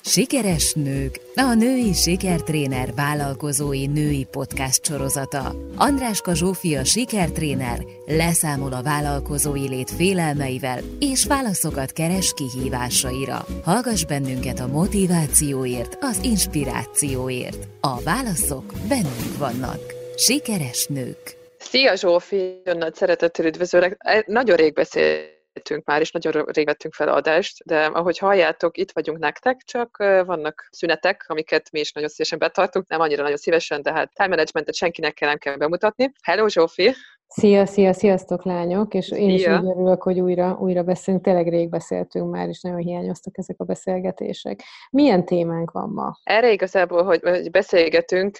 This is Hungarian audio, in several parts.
Sikeres nők, a Női Sikertréner vállalkozói női podcast sorozata. Andráska Zsófia sikertréner leszámol a vállalkozói lét félelmeivel és válaszokat keres kihívásaira. Hallgass bennünket a motivációért, az inspirációért. A válaszok bennünk vannak. Sikeres nők. Szia Zsófi, nagy szeretettel üdvözöllek. Nagyon rég beszéltünk már, és nagyon rég vettünk fel adást, de ahogy halljátok, itt vagyunk nektek, csak vannak szünetek, amiket mi is nagyon szívesen betartunk, nem annyira nagyon szívesen, de hát time managementet senkinek nem kell bemutatni. Hello Zsófi! Sziasztok lányok, és én is úgy örülök, hogy újra beszélünk, tényleg rég beszéltünk már, és nagyon hiányoztak ezek a beszélgetések. Milyen témánk van ma? Erre igazából, hogy beszélgetünk,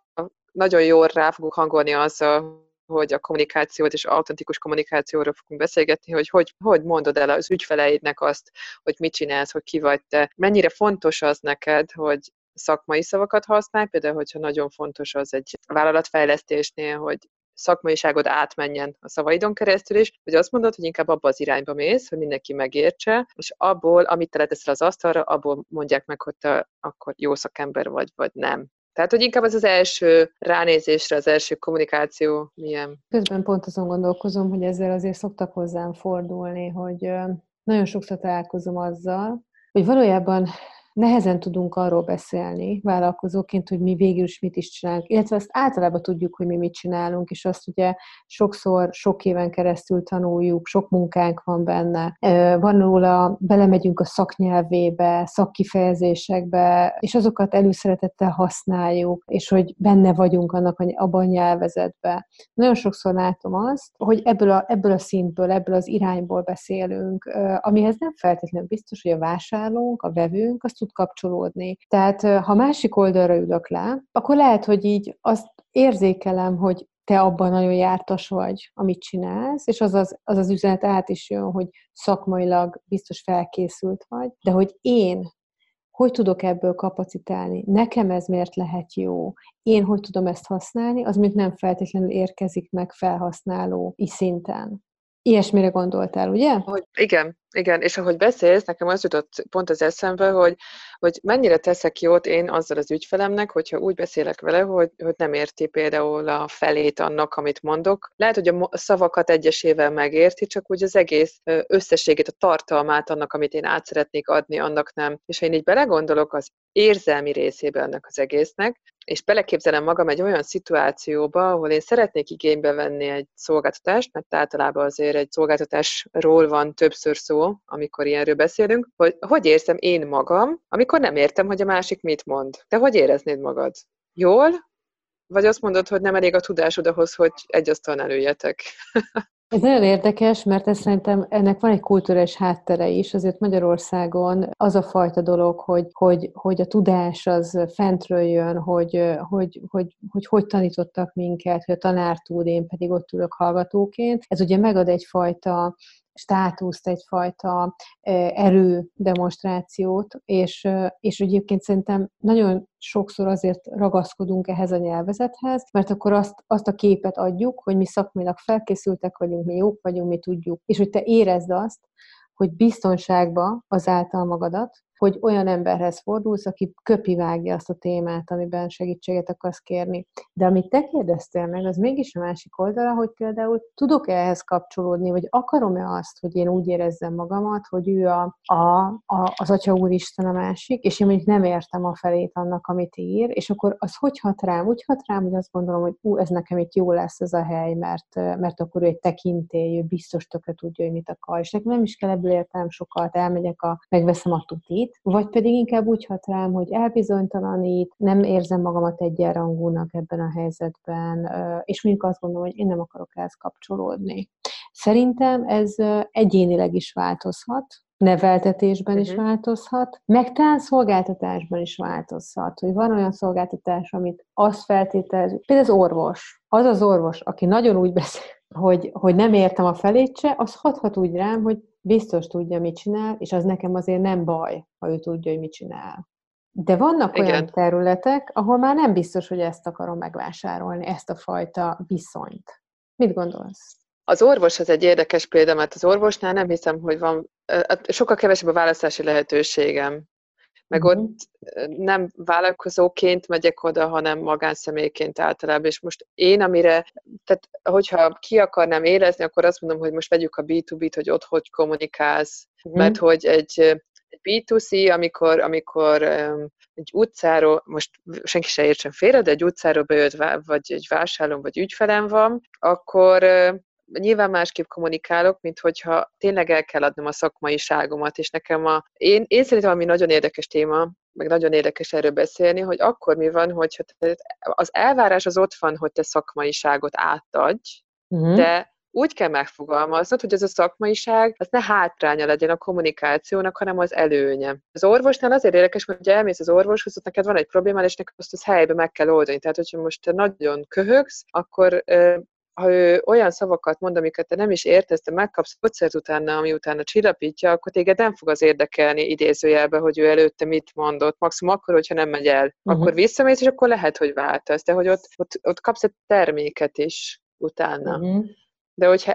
nagyon jól rá fogunk hangolni azzal, hogy a kommunikációt és autentikus kommunikációról fogunk beszélgetni, hogy mondod el az ügyfeleidnek azt, hogy mit csinálsz, hogy ki vagy te. Mennyire fontos az neked, hogy szakmai szavakat használj, például, hogyha nagyon fontos az egy vállalatfejlesztésnél, hogy szakmaiságod átmenjen a szavaidon keresztül is, hogy azt mondod, hogy inkább abba az irányba mész, hogy mindenki megértse, és abból, amit te leteszel az asztalra, abból mondják meg, hogy te akkor jó szakember vagy nem. Tehát, hogy inkább az első ránézésre, az első kommunikáció milyen? Közben pont azon gondolkozom, hogy ezzel azért szoktak hozzám fordulni, hogy nagyon sokszor találkozom azzal, hogy valójában nehezen tudunk arról beszélni vállalkozóként, hogy mi végül is mit is csinálunk, illetve azt általában tudjuk, hogy mi mit csinálunk, és azt ugye sokszor, sok éven keresztül tanuljuk, sok munkánk van benne. Van róla, belemegyünk a szaknyelvébe, szakkifejezésekbe, és azokat előszeretettel használjuk, és hogy benne vagyunk abban a nyelvezetben. Nagyon sokszor látom azt, hogy ebből a szintből, ebből az irányból beszélünk, amihez nem feltétlenül biztos, hogy a vásárlónk, a vevőnk, azt tud kapcsolódni. Tehát, ha másik oldalra ülök le, akkor lehet, hogy így azt érzékelem, hogy te abban nagyon jártas vagy, amit csinálsz, és az üzenet át is jön, hogy szakmailag biztos felkészült vagy, de hogy én hogy tudok ebből kapacitálni, nekem ez miért lehet jó, én hogy tudom ezt használni, az még nem feltétlenül érkezik meg felhasználói szinten. Ilyesmire gondoltál, ugye? Igen, és ahogy beszélsz, nekem az jutott pont az eszembe, hogy mennyire teszek jót én azzal az ügyfelemnek, hogyha úgy beszélek vele, hogy nem érti például a felét annak, amit mondok. Lehet, hogy a szavakat egyesével megérti, csak úgy az egész összességét, a tartalmát annak, amit én át szeretnék adni, annak nem. És ha én így belegondolok az érzelmi részébe ennek az egésznek, és beleképzelem magam egy olyan szituációba, ahol én szeretnék igénybe venni egy szolgáltatást, mert általában azért egy szolgáltatásról van többször szó, amikor ilyenről beszélünk, hogy érzem én magam, amikor nem értem, hogy a másik mit mond. Te hogy éreznéd magad? Jól? Vagy azt mondod, hogy nem elég a tudásod ahhoz, hogy egy asztalnál üljetek? Ez nagyon érdekes, mert szerintem ennek van egy kulturális háttere is. Azért Magyarországon az a fajta dolog, hogy a tudás az fentről jön, hogy tanítottak minket, hogy a tanár tud, én pedig ott ülök hallgatóként. Ez ugye megad egyfajta státuszt, egyfajta erődemonstrációt, és egyébként szerintem nagyon sokszor azért ragaszkodunk ehhez a nyelvezethez, mert akkor azt a képet adjuk, hogy mi szakmailag felkészültek vagyunk, mi jók vagyunk, mi tudjuk, és hogy te érezd azt, hogy biztonságba azáltal magadat, hogy olyan emberhez fordulsz, aki köpivágja azt a témát, amiben segítséget akarsz kérni. De amit te kérdeztél meg, az mégis a másik oldala, hogy például tudok-e ehhez kapcsolódni, vagy akarom-e azt, hogy én úgy érezzem magamat, hogy ő az Atya Úristen a másik, és én mondjuk nem értem a felét annak, amit ír, és akkor az hogy hat rám? Úgy hat rám, hogy azt gondolom, hogy ez nekem itt jó lesz ez a hely, mert akkor ő egy tekintély, ő biztos tökre tudja, hogy mit akar, és nekem nem is kell ebből értelem sokat, megveszem a tutit, vagy pedig inkább úgy hat rám, hogy elbizonytalanít, nem érzem magamat egyenrangúnak ebben a helyzetben, és mondjuk azt gondolom, hogy én nem akarok ehhez kapcsolódni. Szerintem ez egyénileg is változhat, neveltetésben is változhat, meg talán szolgáltatásban is változhat, hogy van olyan szolgáltatás, amit azt feltételez, például az orvos. Az az orvos, aki nagyon úgy beszél, hogy nem értem a felét se, az hathat úgy rám, hogy biztos tudja, mit csinál, és az nekem azért nem baj, ha ő tudja, hogy mit csinál. De vannak olyan területek, ahol már nem biztos, hogy ezt akarom megvásárolni, ezt a fajta viszonyt. Mit gondolsz? Az orvos az egy érdekes példa, mert az orvosnál nem hiszem, hogy van, sokkal kevesebb a választási lehetőségem. meg ott nem vállalkozóként megyek oda, hanem magánszemélyként általában, és most én, tehát hogyha ki akarnám érezni, akkor azt mondom, hogy most vegyük a B2B-t, hogy ott hogy kommunikálsz, mert hogy egy B2C, amikor egy utcáról, most senki se értsen félre, de egy utcáról bejött, vagy egy vásárlón, vagy ügyfelem van, akkor nyilván másképp kommunikálok, mint hogyha tényleg el kell adnom a szakmaiságomat, és nekem én szerintem, ami nagyon érdekes téma, meg nagyon érdekes erről beszélni, hogy akkor mi van, hogyha az elvárás az ott van, hogy te szakmaiságot átadj, de úgy kell megfogalmaznod, hogy ez a szakmaiság, az ne hátránya legyen a kommunikációnak, hanem az előnye. Az orvosnál azért érdekes, hogy elmész az orvoshoz, ott neked van egy probléma, és neked azt helyben meg kell oldani. Tehát, hogyha most te nagyon köhögsz, akkor ha ő olyan szavakat mond, amiket te nem is értesz, te megkapsz gyógyszert utána, ami utána csillapítja, akkor téged nem fog az érdekelni idézőjelbe, hogy ő előtte mit mondott. Maximum akkor, hogyha nem megy el. Akkor visszamész, és akkor lehet, hogy váltasz. De hogy ott kapsz egy terméket is utána. De hogyha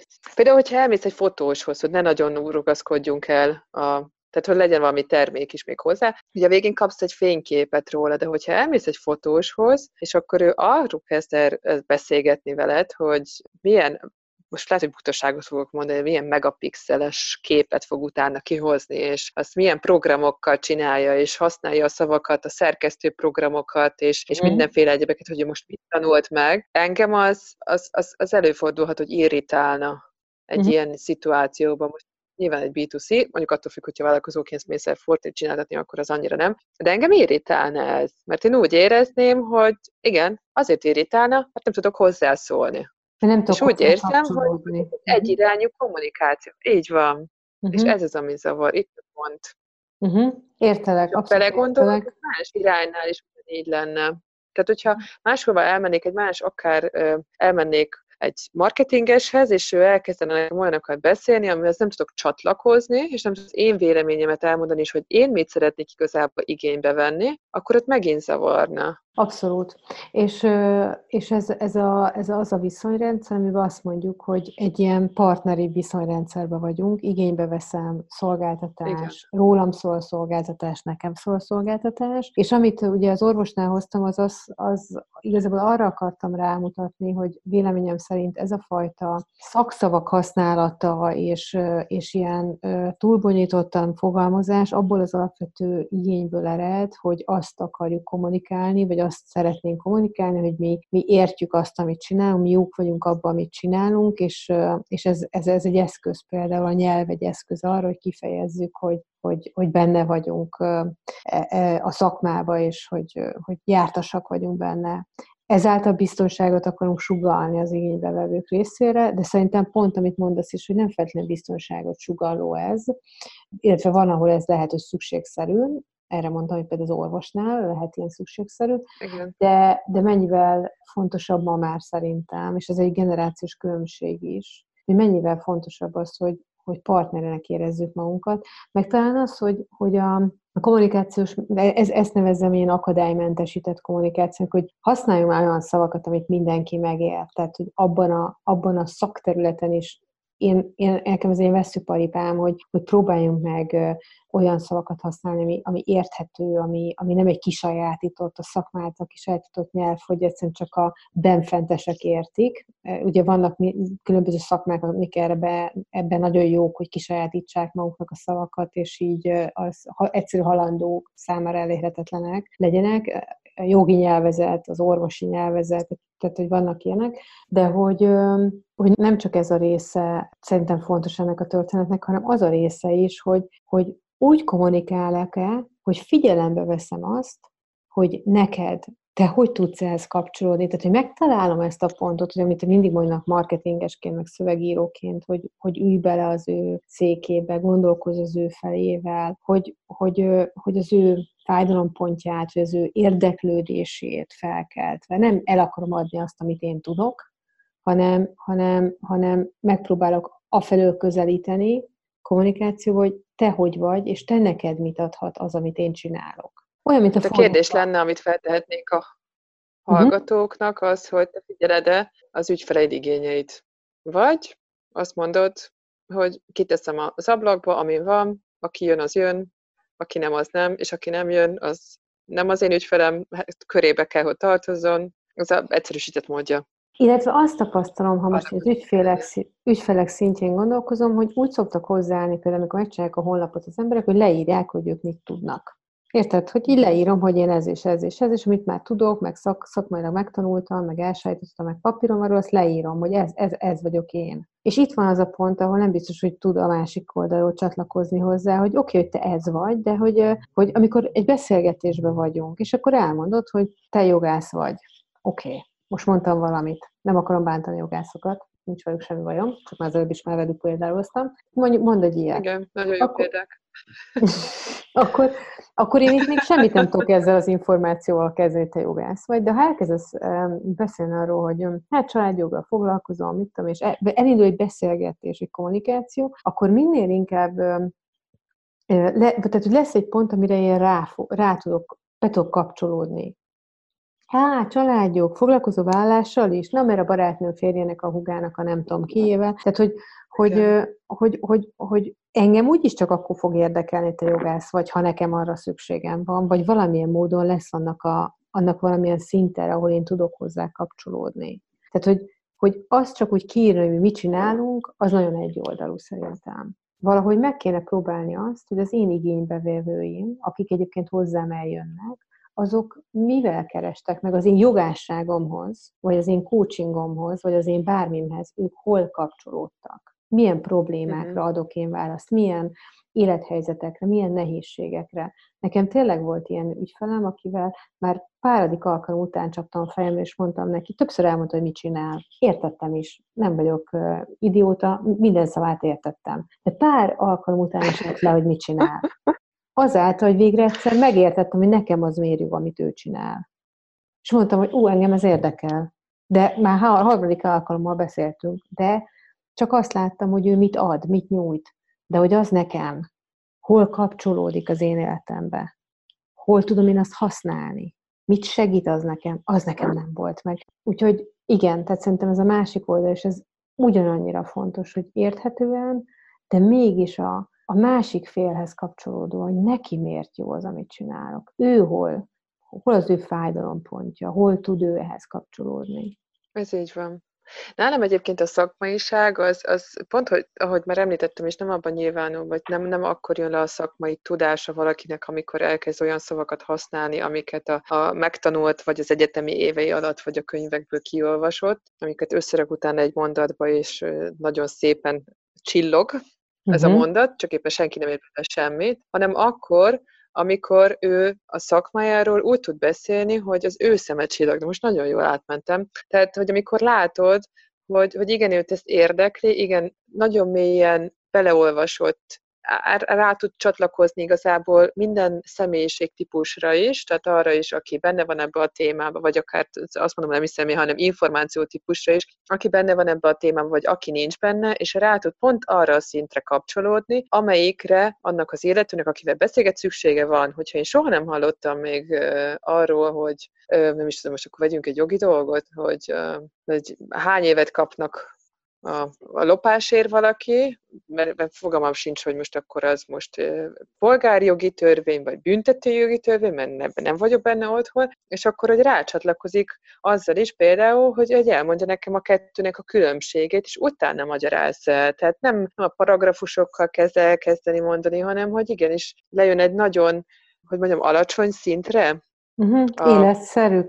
elmész egy fotóshoz, hogy ne nagyon rugaszkodjunk el, tehát hogy legyen valami termék is még hozzá, ugye a végén kapsz egy fényképet róla, de hogyha elmész egy fotóshoz, és akkor ő arról kezd el beszélgetni veled, hogy milyen, most lehet, hogy butaságot fogok mondani, milyen megapixeles képet fog utána kihozni, és azt milyen programokkal csinálja, és használja a szavakat, a szerkesztő programokat, és mindenféle egyebeket, hogy ő most mit tanult meg. Engem az előfordulhat, hogy irritálna egy ilyen szituációban. Most nyilván egy B2C, mondjuk attól függ, hogyha vállalkozóként mész el Fortét csináltatni, akkor az annyira nem. De engem irritálna ez, mert én úgy érezném, hogy igen, azért irritálna, mert nem tudok hozzászólni. És úgy érzem, hogy egyirányú kommunikáció. Így van. És ez az, ami zavar. Itt a pont. Értelek, abszolút belegondolok, más iránynál is így lenne. Tehát, hogyha máshova elmennék, akár elmennék egy marketingeshez, és ő elkezdene nekem olyanokat beszélni, amihez nem tudok csatlakozni, és nem tudok az én véleményemet elmondani, és hogy én mit szeretnék igazából igénybe venni, akkor ott megint zavarna. Abszolút. És ez az a viszonyrendszer, amiben azt mondjuk, hogy egy ilyen partneri viszonyrendszerben vagyunk, igénybe veszem szolgáltatás, igen, rólam szól a szolgáltatás, nekem szól a szolgáltatás, és amit ugye az orvosnál hoztam, az igazából arra akartam rámutatni, hogy véleményem szerint ez a fajta szakszavak használata és ilyen túlbonyolítottan fogalmazás abból az alapvető igényből ered, hogy azt akarjuk kommunikálni, vagy azt szeretnénk kommunikálni, hogy mi értjük azt, amit csinálunk, mi jók vagyunk abban, amit csinálunk, és ez egy eszköz, például a nyelv egy eszköz arra, hogy kifejezzük, hogy benne vagyunk a szakmába, és hogy jártasak vagyunk benne. Ezáltal biztonságot akarunk sugallni az igénybevevők részére, de szerintem pont, amit mondasz is, hogy nem feltétlenül biztonságot sugalló ez, illetve van, ahol ez lehet, hogy szükségszerű. Erre mondtam, hogy például az orvosnál lehet ilyen szükségszerű, de mennyivel fontosabb ma már szerintem, és ez egy generációs különbség is, hogy mennyivel fontosabb az, hogy partnerenek érezzük magunkat, meg talán az, hogy a kommunikációs, ezt nevezzem én akadálymentesített kommunikációnak, hogy használjunk már olyan szavakat, amit mindenki megért, tehát hogy abban a szakterületen is nekem ez egy vesszőparipám, hogy próbáljunk meg olyan szavakat használni, ami érthető, ami nem egy kisajátított, a szakmát, a kisajátított nyelv, hogy egyszerűen csak a benfentesek értik. Ugye vannak különböző szakmák, amik ebben nagyon jók, hogy kisajátítsák maguknak a szavakat, és így az egyszerű halandó számára elérhetetlenek legyenek. A jogi nyelvezet, az orvosi nyelvezet, tehát hogy vannak ilyenek, de hogy nem csak ez a része szerintem fontos ennek a történetnek, hanem az a része is, hogy úgy kommunikálok-e, hogy figyelembe veszem azt, hogy neked, te hogy tudsz ehhez kapcsolódni, tehát hogy megtalálom ezt a pontot, hogy amit mindig mondnak marketingesként, meg szövegíróként, hogy ülj bele az ő székébe, gondolkozz az ő felével, hogy az ő fájdalompontját, vagy az ő érdeklődését felkeltve. Nem el akarom adni azt, amit én tudok, hanem megpróbálok afelől közelíteni kommunikációba, hogy te hogy vagy, és te neked mit adhat az, amit én csinálok. Olyan, mint a kérdés lenne, amit feltehetnék a hallgatóknak, az, hogy te figyeled-e az ügyfeleid igényeit. Vagy azt mondod, hogy kiteszem az ablakba, ami van, aki jön, az jön, aki nem, az nem, és aki nem jön, az nem az én ügyfelem körébe kell, hogy tartozzon. Ez az egyszerűsített módja. Illetve azt tapasztalom, ha most Arra, az ügyfelek szintjén gondolkozom, hogy úgy szoktak hozzáállni, például amikor megcsinálják a honlapot az emberek, hogy leírják, hogy ők mit tudnak. Érted? Hogy így leírom, hogy én ez és ez és ez, és amit már tudok, meg szakmailag megtanultam, meg elsajátítottam, meg papíron arról, azt leírom, hogy ez vagyok én. És itt van az a pont, ahol nem biztos, hogy tud a másik oldalról csatlakozni hozzá, hogy oké, hogy te ez vagy, de hogy amikor egy beszélgetésben vagyunk, és akkor elmondod, hogy te jogász vagy. Oké. Most mondtam valamit, nem akarom bántani jogászokat, nincs velük semmi bajom, csak már az előbb is már velük példáloztam. Mondjuk, mondd egy ilyet. Igen, nagyon jó példák. akkor én itt még semmit nem tudok ezzel az információval kezdeni, hogy te jogász vagy, de ha elkezdesz beszélni arról, hogy hát családjoggal foglalkozom, mit tudom, és elindul egy beszélgetés, egy kommunikáció, akkor minél inkább, tehát hogy lesz egy pont, amire én be tudok kapcsolódni. Hát, családjog, foglalkozó vállással is, na, mert a barátnőm férjének, a húgának, a nem tudom kiével. Tehát, hogy engem úgyis csak akkor fog érdekelni, te jogász vagy, ha nekem arra szükségem van, vagy valamilyen módon lesz annak valamilyen szinten, ahol én tudok hozzá kapcsolódni. Tehát, hogy azt csak úgy kiírni, hogy mi mit csinálunk, az nagyon egyoldalú szerintem. Valahogy meg kéne próbálni azt, hogy az én igénybevevőim, akik egyébként hozzám eljönnek, azok mivel kerestek meg az én jogásságomhoz, vagy az én coachingomhoz, vagy az én bármimhez, ők hol kapcsolódtak? Milyen problémákra adok én választ? Milyen élethelyzetekre, milyen nehézségekre? Nekem tényleg volt ilyen ügyfelem, akivel már páradik alkalom után csaptam a fejemre, és mondtam neki, többször elmondta, hogy mit csinál. Értettem is, nem vagyok idióta, minden szavát értettem. De pár alkalom után is jött le, hogy mit csinál. Azáltal, hogy végre egyszer megértettem, hogy nekem az miért jó, amit ő csinál. És mondtam, hogy engem ez érdekel. De már harmadik alkalommal beszéltünk, de csak azt láttam, hogy ő mit ad, mit nyújt, de hogy az nekem, hol kapcsolódik az én életembe, hol tudom én azt használni, mit segít az nekem nem volt meg. Úgyhogy igen, tehát szerintem ez a másik oldal, és ez ugyanannyira fontos, hogy érthetően, de mégis a másik félhez kapcsolódó, hogy neki miért jó az, amit csinálok. Ő hol az ő fájdalompontja, hol tud ő ehhez kapcsolódni. Ez így van. Nálam egyébként a szakmaiság, az pont, hogy, ahogy már említettem, és nem abban nyilvánul, vagy nem akkor jön le a szakmai tudása valakinek, amikor elkezd olyan szavakat használni, amiket a megtanult, vagy az egyetemi évei alatt, vagy a könyvekből kiolvasott, amiket összerak utána egy mondatba, és nagyon szépen csillog ez a mondat, csak éppen senki nem ért semmit, hanem akkor, amikor ő a szakmájáról úgy tud beszélni, hogy az ő szeme csillag. De most nagyon jól átmentem. Tehát, hogy amikor látod, hogy igen, őt ezt érdekli, igen, nagyon mélyen beleolvasott, rá tud csatlakozni igazából minden személyiségtípusra is, tehát arra is, aki benne van ebbe a témába, vagy akár azt mondom, nem is személy, hanem információtípusra is, aki benne van ebbe a témába, vagy aki nincs benne, és rá tud pont arra a szintre kapcsolódni, amelyikre annak az illetőnek, akivel beszélget, szüksége van. Hogyha én soha nem hallottam még arról, hogy nem is tudom, most akkor vegyünk egy jogi dolgot, hogy hány évet kapnak a lopásért valaki, mert fogalmam sincs, hogy most akkor az most polgárjogi törvény, vagy büntetőjogi törvény, mert nem vagyok benne otthon, és akkor, hogy rácsatlakozik azzal is például, hogy elmondja nekem a kettőnek a különbségét, és utána magyarázza el. Tehát nem a paragrafusokkal kezd elkezdeni mondani, hanem hogy igenis lejön egy nagyon, hogy mondjam, alacsony szintre. Életszerű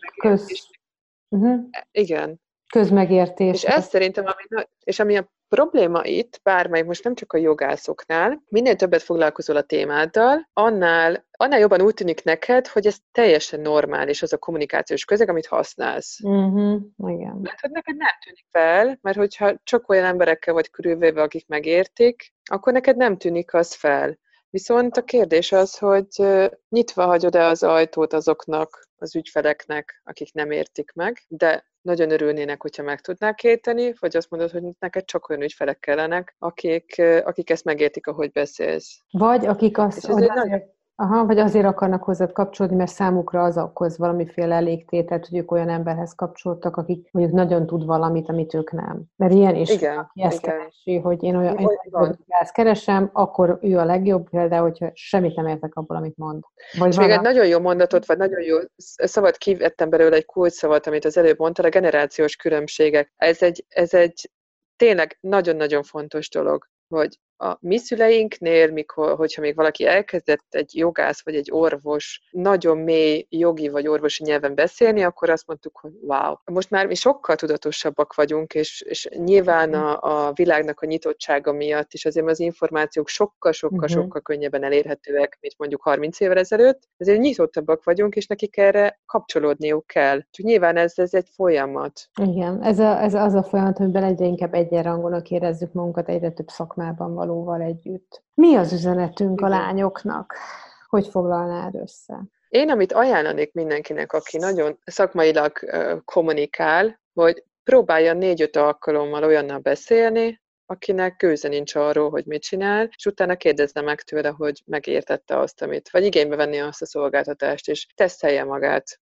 Igen. Közmegértés. És ez szerintem, ami a probléma itt, bármelyik most nem csak a jogászoknál, minél többet foglalkozol a témáddal, annál jobban úgy tűnik neked, hogy ez teljesen normális, az a kommunikációs közeg, amit használsz. Igen. Mert hogy neked nem tűnik fel, mert hogyha csak olyan emberekkel vagy körülvéve, akik megértik, akkor neked nem tűnik az fel. Viszont a kérdés az, hogy nyitva hagyod-e az ajtót azoknak, az ügyfeleknek, akik nem értik meg, de nagyon örülnének, hogyha meg tudnák érteni, vagy azt mondod, hogy neked csak olyan ügyfelek kellenek, akik ezt megértik, ahogy beszélsz. Vagy akik azt, Aha, vagy azért akarnak hozzád kapcsolódni, mert számukra az okoz valamiféle elégtételt, hogy ők olyan emberhez kapcsolódtak, akik mondjuk nagyon tud valamit, amit ők nem. Mert ilyen is van, Igen, aki ezt igen. keresi, hogy én olyan Van. ezt keresem, akkor ő a legjobb, például, hogyha semmit nem értek abból, amit mond. Vagy És még egy nagyon jó mondatot, vagy nagyon jó szavat kivettem belőle, egy kulcsszavat, amit az előbb mondtál, a generációs különbségek. Ez egy tényleg nagyon-nagyon fontos dolog, hogy a mi szüleinknél, hogyha még valaki elkezdett egy jogász vagy egy orvos nagyon mély jogi vagy orvosi nyelven beszélni, akkor azt mondtuk, hogy wow. Most már mi sokkal tudatosabbak vagyunk, és nyilván a világnak a nyitottsága miatt is azért az információk sokkal könnyebben elérhetőek, mint mondjuk 30 évvel ezelőtt, ezért nyitottabbak vagyunk, és nekik erre kapcsolódniuk kell. Úgyhogy nyilván ez egy folyamat. Igen, ez az a folyamat, amiben egyre inkább egyenrangúnak érezzük magunkat egyre több szakmában valóval együtt. Mi az üzenetünk a lányoknak? Hogy foglalnád össze? Én, amit ajánlanék mindenkinek, aki nagyon szakmailag kommunikál, hogy próbálja 4-5 alkalommal olyannal beszélni, akinek gőze nincs arról, hogy mit csinál, és utána kérdezze meg tőle, hogy megértette azt, amit, vagy igénybe venni azt a szolgáltatást, és tesztelje magát.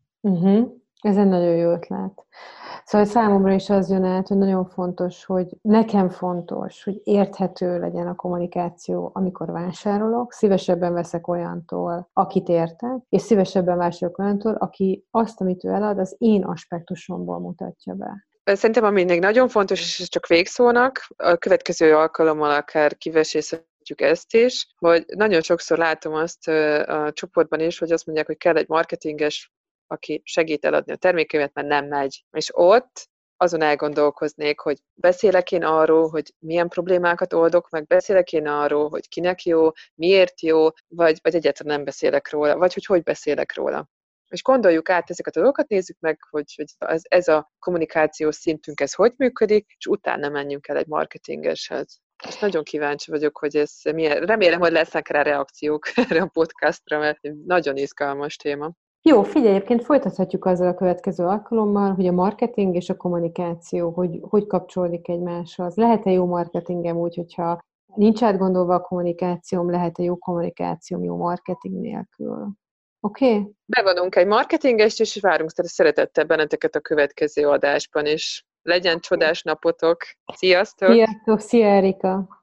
Ez egy nagyon jó ötlet. Szóval számomra is az jön át, hogy nagyon fontos, hogy nekem fontos, hogy érthető legyen a kommunikáció, amikor vásárolok. Szívesebben veszek olyantól, akit értek, és szívesebben vásárolok olyantól, aki azt, amit ő elad, az én aspektusomból mutatja be. Szerintem, ami még nagyon fontos, és ez csak végszónak, a következő alkalommal akár kivesészhetjük ezt is, hogy nagyon sokszor látom azt a csoportban is, hogy azt mondják, hogy kell egy marketinges, aki segít eladni a termékeimet, mert nem megy. És ott azon elgondolkoznék, hogy beszélek én arról, hogy milyen problémákat oldok, meg beszélek én arról, hogy kinek jó, miért jó, vagy egyáltalán nem beszélek róla, vagy hogy beszélek róla. És gondoljuk át ezeket a dolgokat, nézzük meg, hogy ez a kommunikációs szintünk, ez hogy működik, és utána menjünk el egy marketingeshez. És nagyon kíváncsi vagyok, hogy ez milyen. Remélem, hogy lesznek rá reakciók erre a podcastra, mert nagyon izgalmas téma. Jó, figyelj, egyébként folytathatjuk azzal a következő alkalommal, hogy a marketing és a kommunikáció, hogy kapcsolódik egymáshoz. Lehet-e jó marketingem úgy, hogyha nincs átgondolva a kommunikációm, lehet-e jó kommunikációm jó marketing nélkül? Oké? Bevonunk egy marketingest, és várunk szeretettel benneteket a következő adásban is. Legyen csodás napotok! Sziasztok! Sziasztok! Szia, Erika!